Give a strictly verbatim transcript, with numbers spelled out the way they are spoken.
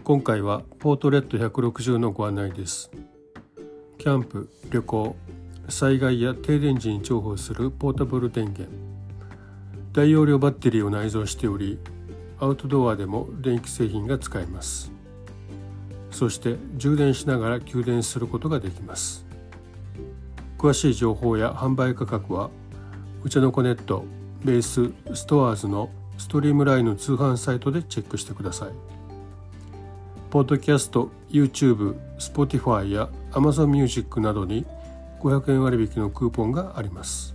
今回はポートレットひゃくろくじゅうのご案内です。キャンプ、旅行、災害や停電時に重宝するポータブル電源。大容量バッテリーを内蔵しており、アウトドアでも電気製品が使えます。そして充電しながら給電することができます。詳しい情報や販売価格はうちのこネット、ベース、ストアーズのストリームラインの通販サイトでチェックしてください。ポッドキャスト、YouTube、Spotify や Amazon Music などにごひゃくえん割引のクーポンがあります。